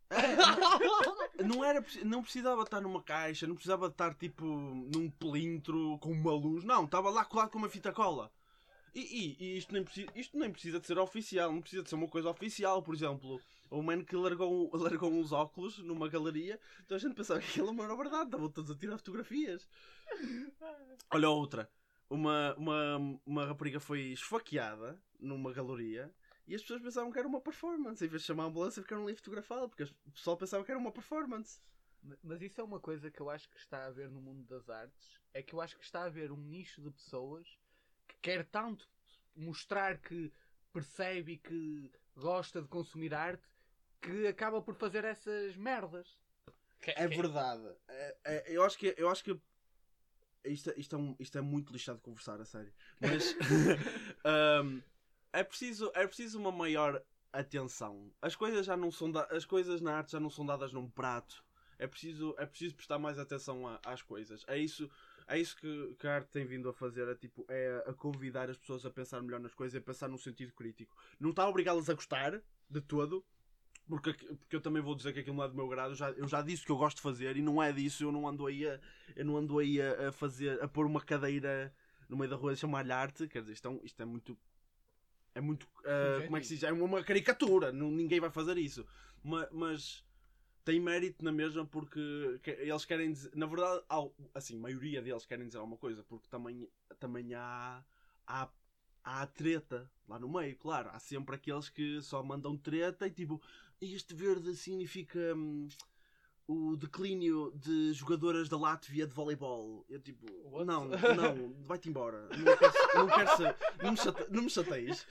não, era, preci- não precisava estar numa caixa, não precisava estar tipo num pelintro com uma luz. Não, estava lá colado com uma fita cola. E, e- e isto, nem precisa, isto nem precisa de ser oficial, não precisa de ser uma coisa oficial. Por exemplo, o man que largou, largou uns óculos numa galeria, então a gente pensava que aquilo não era verdade, estavam todos a tirar fotografias. Olha outra, uma, uma, uma rapariga foi esfaqueada numa galeria e as pessoas pensavam que era uma performance. Em vez de chamar a ambulância, ficaram ali a fotografá-la, porque o pessoal pensava que era uma performance. Mas isso é uma coisa que eu acho que está a haver no mundo das artes. É que eu acho que está a haver um nicho de pessoas que quer tanto mostrar que percebe e que gosta de consumir arte que acaba por fazer essas merdas. Que- É que- verdade. É- é- eu acho que, eu acho que isto, isto, é um- isto é muito lixado de conversar, a sério. Mas um, é, preciso, é preciso uma maior atenção. As coisas já não são da- as coisas na arte já não são dadas num prato. É preciso, é preciso prestar mais atenção a, às coisas. É isso, é isso que, que a arte tem vindo a fazer. É, tipo, é a convidar as pessoas a pensar melhor nas coisas e a pensar num sentido crítico. Não está a obrigá-las a gostar de todo. Porque, porque eu também vou dizer que aquilo não é do meu grado. Eu já, eu já disse o que eu gosto de fazer e não é disso. Eu não ando aí a, eu não ando aí a, a fazer, a pôr uma cadeira no meio da rua e chamar-lhe arte. Quer dizer, isto é, um, isto é muito... É muito... Uh, como é que se diz? É uma caricatura. Não, ninguém vai fazer isso. Mas, mas tem mérito na mesma porque eles querem dizer... Na verdade, assim, a maioria deles querem dizer alguma coisa. Porque também, também há... há Há treta lá no meio, claro. Há sempre aqueles que só mandam treta e tipo, este verde significa hum, o declínio de jogadoras da Látvia de voleibol. Eu tipo, What? não, não, vai-te embora. Não quero, não quero ser, não me, chate, não me chateias.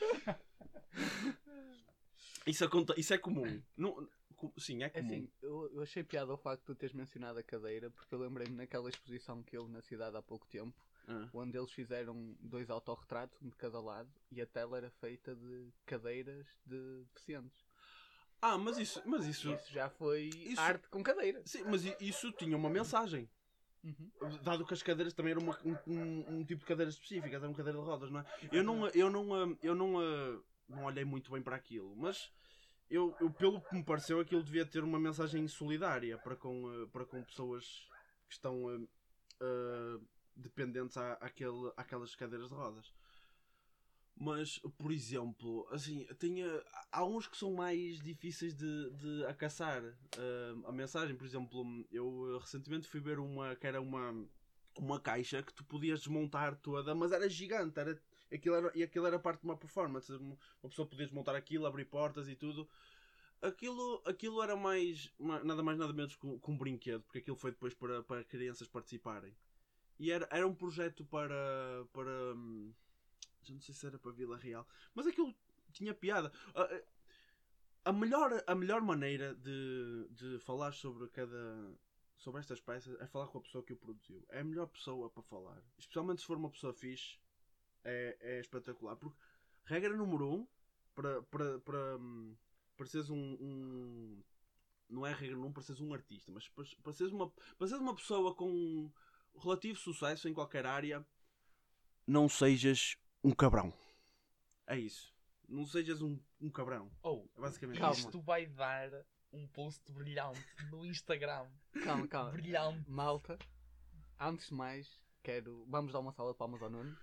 Isso, aconte, isso é comum. Não, sim, é comum. É assim, eu, eu achei piada o facto de tu teres mencionado a cadeira, porque eu lembrei-me naquela exposição que houve na cidade há pouco tempo. Ah. Onde eles fizeram dois autorretratos, um de cada lado, e a tela era feita de cadeiras de deficientes. Ah, mas isso... Mas isso, isso já foi isso, arte com cadeira. Sim, mas isso tinha uma mensagem. Uhum. Dado que as cadeiras também eram uma, um, um tipo de cadeira específica, era uma cadeira de rodas, não é? Eu não, eu não, eu não, não olhei muito bem para aquilo, mas eu, eu, pelo que me pareceu, aquilo devia ter uma mensagem solidária para com, para com pessoas que estão... Uh, uh, dependentes à, àquele, àquelas cadeiras de rodas. Mas, por exemplo, assim, tem, há uns que são mais difíceis de, de acaçar uh, a mensagem. Por exemplo, eu recentemente fui ver uma que era uma, uma caixa que tu podias desmontar toda, mas era gigante, era, aquilo era, e aquilo era parte de uma performance. Uma pessoa podia desmontar aquilo, abrir portas e tudo. Aquilo, aquilo era mais, nada mais nada menos que um, que um brinquedo, porque aquilo foi depois para, para crianças participarem. E era, era um projeto para, para... Já não sei se era para Vila Real. Mas aquilo tinha piada. A, a, melhor, a melhor maneira de, de falar sobre cada... Sobre estas peças é falar com a pessoa que o produziu. É a melhor pessoa para falar. Especialmente se for uma pessoa fixe. É, é espetacular. Porque regra número um. Para, para, para, para seres um... um não é regra número um para seres um artista. Mas para, para, seres, uma, para seres uma pessoa com... relativo sucesso em qualquer área, não sejas um cabrão. É isso. Não sejas um, um cabrão. Ou, oh, basicamente calma. Isto vai dar um post brilhante no Instagram. Calma, calma. Brilhante. Malta, antes de mais, quero... Vamos dar uma salva de palmas ao Nuno.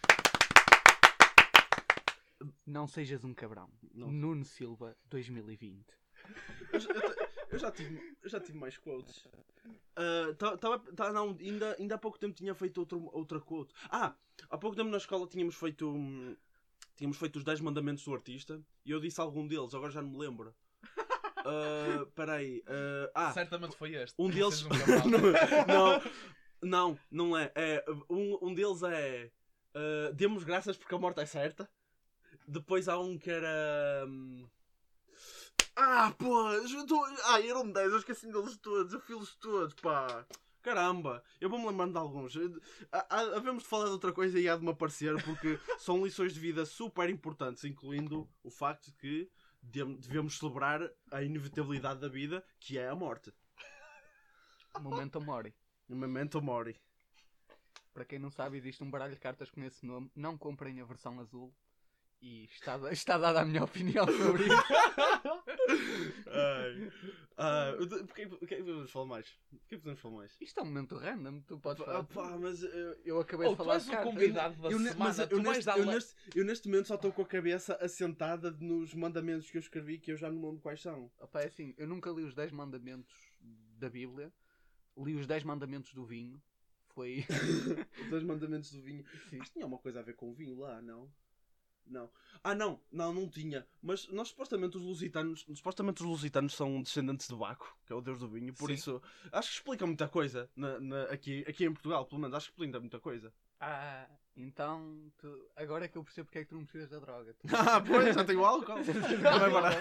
Não sejas um cabrão. Não. Nuno Silva, dois mil e vinte. Eu, eu, eu, já, tive, eu já tive mais quotes. Uh, tá, tá, tá, não, ainda, ainda há pouco tempo tinha feito outro, outra quote. Ah, há pouco tempo na escola tínhamos feito um, tínhamos feito os dez mandamentos do artista e eu disse algum deles, agora já não me lembro. Espera uh, aí. Uh, ah, certamente foi este. Um deles. não, não, não é. é um, um deles é uh, demos graças porque a morte é certa. Depois há um que era. Um, Ah, pô, eu tô... ah, eram dez, eu esqueci deles todos, eu fiz-los todos, pá. Caramba, eu vou-me lembrando de alguns. Havemos de falar de outra coisa e há de me aparecer, porque são lições de vida super importantes, incluindo o facto de que devemos celebrar a inevitabilidade da vida, que é a morte. Memento mori. Memento mori. Para quem não sabe, existe um baralho de cartas com esse nome. Não comprem a versão azul. E está, está dada a minha opinião sobre isso. Ai. Ah, o que é que podemos falar mais? O que é que podemos falar mais? Isto é um momento random, tu podes falar. Ah, pá, mas uh, eu acabei oh, de falar de cartas. Convidado da eu, semana, mas eu, neste, dar eu, neste, eu neste momento só estou com a cabeça assentada nos mandamentos que eu escrevi, que eu já não lembro quais são. Opa, é assim, eu nunca li os dez mandamentos da Bíblia, li os dez mandamentos do vinho. Foi. Os dez mandamentos do vinho. Sim. Mas tinha uma coisa a ver com o vinho lá, não? Não. Ah, não. Não, não tinha. Mas nós supostamente os lusitanos, supostamente os lusitanos são descendentes de Baco, que é o deus do vinho, por Sim. isso acho que explica muita coisa na, na, aqui, aqui em Portugal, pelo menos acho que explica muita coisa. Ah, então tu, agora é que eu percebo porque é que tu não precisas da droga. Tu... Ah, pois, já tenho álcool. Não vai parar.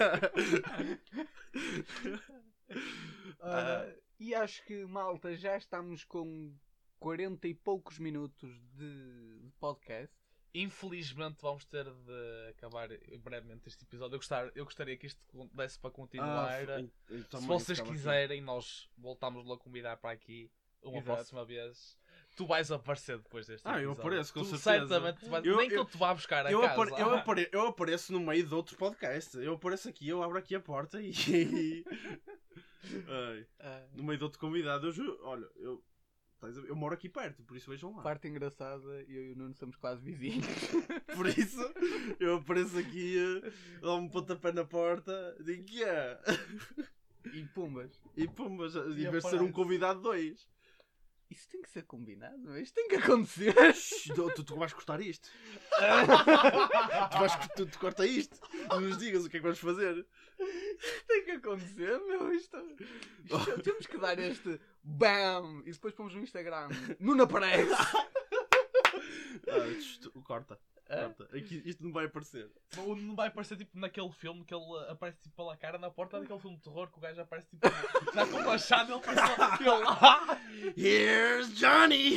uh, e acho que, malta, já estamos com quarenta e poucos minutos de, de podcast. Infelizmente vamos ter de acabar brevemente este episódio. Eu, gostar, eu gostaria que isto desse para continuar. Ah, eu- eu Se também vocês ficava aqui. quiserem, nós voltamos a convidar para aqui uma Exato. próxima vez. Tu vais aparecer depois deste Ah, eu episódio. apareço, com tu, certeza. Certamente, tu vais... Eu- nem que eu- eu te vá buscar a Eu, casa. apare- eu, apare- eu apareço no meio de outro podcast. Eu apareço aqui, eu abro aqui a porta e. Ai, Ah, no meio de outro convidado. Eu juro, olha, eu, estás a ver? Eu moro aqui perto, por isso vejam lá. parte engraçada, eu e o Nuno somos quase vizinhos. Por isso, eu apareço aqui, eh, dou um pontapé na porta, digo que é. E pumbas. E pumba, já- em E vez de ser um aparece. convidado, dois. Isso tem que ser combinado, não é? Isto tem que acontecer. Shhh, Tu, tu vais cortar isto. tu, vais, tu, tu corta isto. Não nos digas o que é que vais fazer. Tem que acontecer, meu. Isto, isto- temos que dar este BAM e depois pomos no Instagram. Nuno aparece. Ah, isto- corta. Hã? corta. Aqui, isto não vai aparecer. Não não vai aparecer tipo naquele filme que ele uh, aparece tipo pela cara na porta daquele filme de terror que o gajo aparece tipo já com o machado ele aparece lá. Ele lá. Here's Johnny!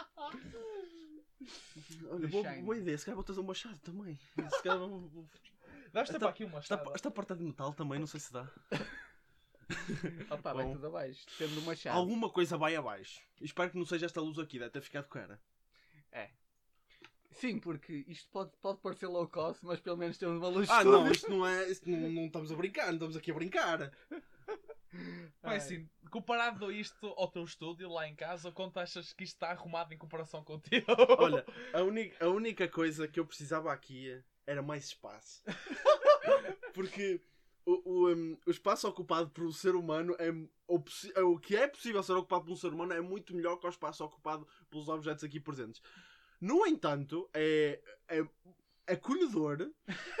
Olha, boa, Shine. boa ideia. Se calhar vou trazer um machado também. Se calhar vou- vou- Deves ter Esta- para aqui uma Esta, machado. esta porta de metal também, não sei se dá. Opa, vai Bom. tudo abaixo. Tendo uma chave. Alguma coisa vai abaixo. Espero que não seja esta luz aqui, deve ter ficado cara. Sim, porque isto pode, pode parecer low cost, mas pelo menos temos uma luz Ah, escura. não, isto não é. Isto não, não estamos a brincar, não estamos aqui a brincar. Mas assim, comparado a isto ao teu estúdio lá em casa, quanto achas que isto está arrumado em comparação contigo? Olha, a única, a única coisa que eu precisava aqui era mais espaço. Porque o, o, um, o espaço ocupado por um ser humano é. O, possi- o que é possível ser ocupado por um ser humano é muito melhor que o espaço ocupado pelos objetos aqui presentes. No entanto, é. é acolhedor.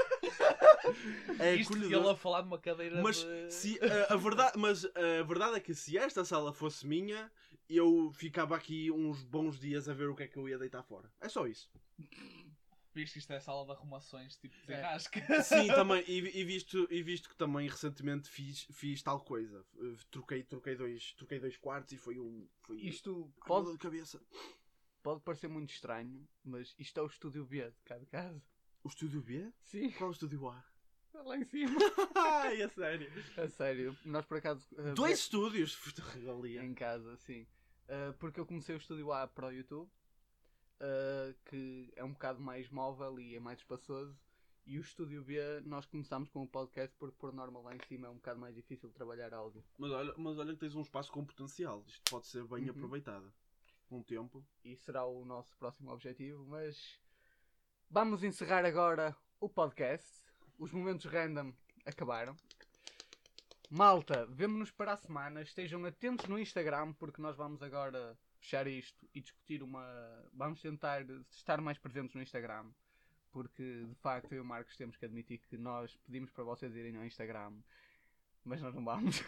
É Isto ele acolhedor. a falar de uma cadeira Mas, de... se, a, a verdade, mas a verdade é que se esta sala fosse minha, eu ficava aqui uns bons dias a ver o que é que eu ia deitar fora. É só isso. Viste que isto é a sala de arrumações, tipo de É. rasca. Sim, também. E, e visto, e visto que também recentemente fiz, fiz tal coisa. Uh, Troquei, troquei, dois, troquei dois quartos e foi um. Foi Isto Ai, dor pode, de cabeça. pode parecer muito estranho, mas isto é o estúdio B de cá de casa. O estúdio B? Sim, Qual é o estúdio A? lá em cima. Ai, é sério. A sério, nós por acaso. uh, Dois estúdios? Puta regalia. Em casa, sim. Uh, porque eu comecei o estúdio A para o YouTube, uh, que é um bocado mais móvel e é mais espaçoso. E o estúdio B, nós começámos com o podcast porque por norma lá em cima é um bocado mais difícil de trabalhar áudio. Mas olha, mas olha que tens um espaço com potencial. Isto pode ser bem Uhum. aproveitado. Com o tempo. E será o nosso próximo objetivo, mas vamos encerrar agora o podcast. Os momentos random acabaram. Malta, vemo-nos para a semana. Estejam atentos no Instagram porque nós vamos agora fechar isto e discutir uma... Vamos tentar estar mais presentes no Instagram. Porque de facto eu e o Marcos temos que admitir que nós pedimos para vocês irem ao Instagram, mas nós não vamos.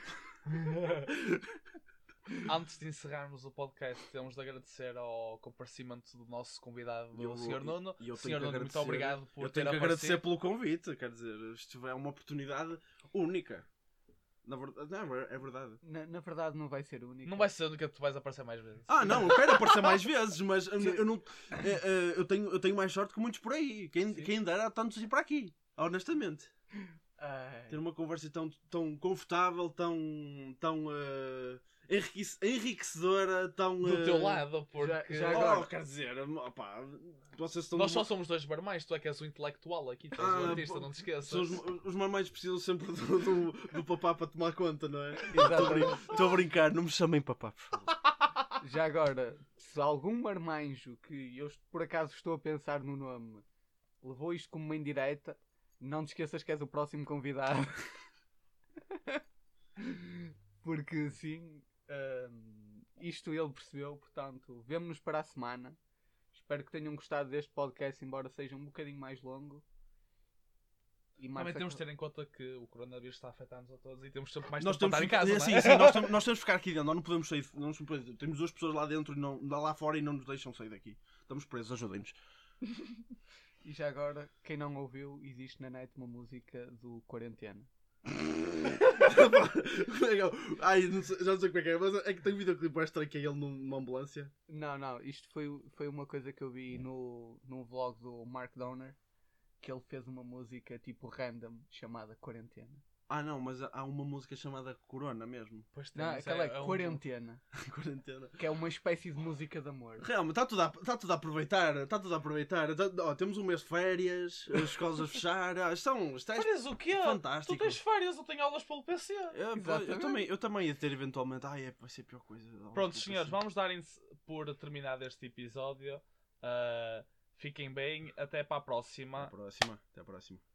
Antes de encerrarmos o podcast, temos de agradecer ao comparecimento do nosso convidado, Eu o vou- senhor Nuno. e eu tenho senhor que Nuno, muito agradecer- obrigado por Eu ter tenho que aparecido. agradecer pelo convite. Quer dizer, isto é uma oportunidade única. Na verdade, não, é verdade. Na, na verdade não vai ser único. Não vai ser a única que tu vais aparecer mais vezes. Ah, não, eu quero aparecer mais vezes, mas eu, eu não. é, é, eu, tenho, eu tenho mais sorte que muitos por aí. Quem, Sim. quem dera tantos ir para aqui, honestamente. Ai. Ter uma conversa tão, tão confortável, tão. tão uh, enriquece- enriquecedora, tão. Do uh, teu lado, porque já Oh, agora- quer dizer, opá, vocês estão. nós só somos dois barmães, tu é que és o intelectual aqui, tu és o Ah, artista, pô, não te esqueças. São os, os marmães precisam sempre do, do, do papá para tomar conta, não é? Exatamente. Estou a brincar, não me chamem papá, por favor. Já agora, se algum marmanjo que eu por acaso estou a pensar no nome levou isto como uma indireta, não te esqueças que és o próximo convidado. Porque sim, hum, isto ele percebeu, portanto, vemo-nos para a semana. Espero que tenham gostado deste podcast, embora seja um bocadinho mais longo. E mais Também temos de saca- ter em conta que o coronavírus está a afetar-nos a todos e temos sempre mais Nós tempo para temos, estar em casa, sim, não é? sim, nós, temos, nós temos de ficar aqui dentro, nós não podemos sair. Nós não podemos- temos duas pessoas lá dentro e não, lá fora e não nos deixam sair daqui. Estamos presos, ajudem-nos. E já agora, quem não ouviu, existe na net uma música do Quarentena. Ai, não sei, já não sei como é que é, mas é que tem um videoclipe mais estranho que é ele numa ambulância. Não, não, isto foi, foi uma coisa que eu vi no, no vlog do Mark Donner, que ele fez uma música tipo random chamada Quarentena. Ah não, mas há uma música chamada Corona mesmo. Pois tem, Não, mas aquela é, é um- Quarentena, Quarentena. que é uma espécie de música de amor. Realmente, está tudo, a, tá tudo a aproveitar, está tudo a aproveitar. Tá- ó, temos um mês de férias, as escolas a fechar. Ah, estão, está Férias o quê? fantástico. Tu tens férias, eu tenho aulas pelo P C. Eu, eu, Exatamente. também, eu também ia ter eventualmente. Ai, é, vai ser a pior coisa. Pronto, senhores, vamos dar em- por terminado este episódio. Ah, fiquem bem, até para a próxima. Até à próxima. Até à próxima.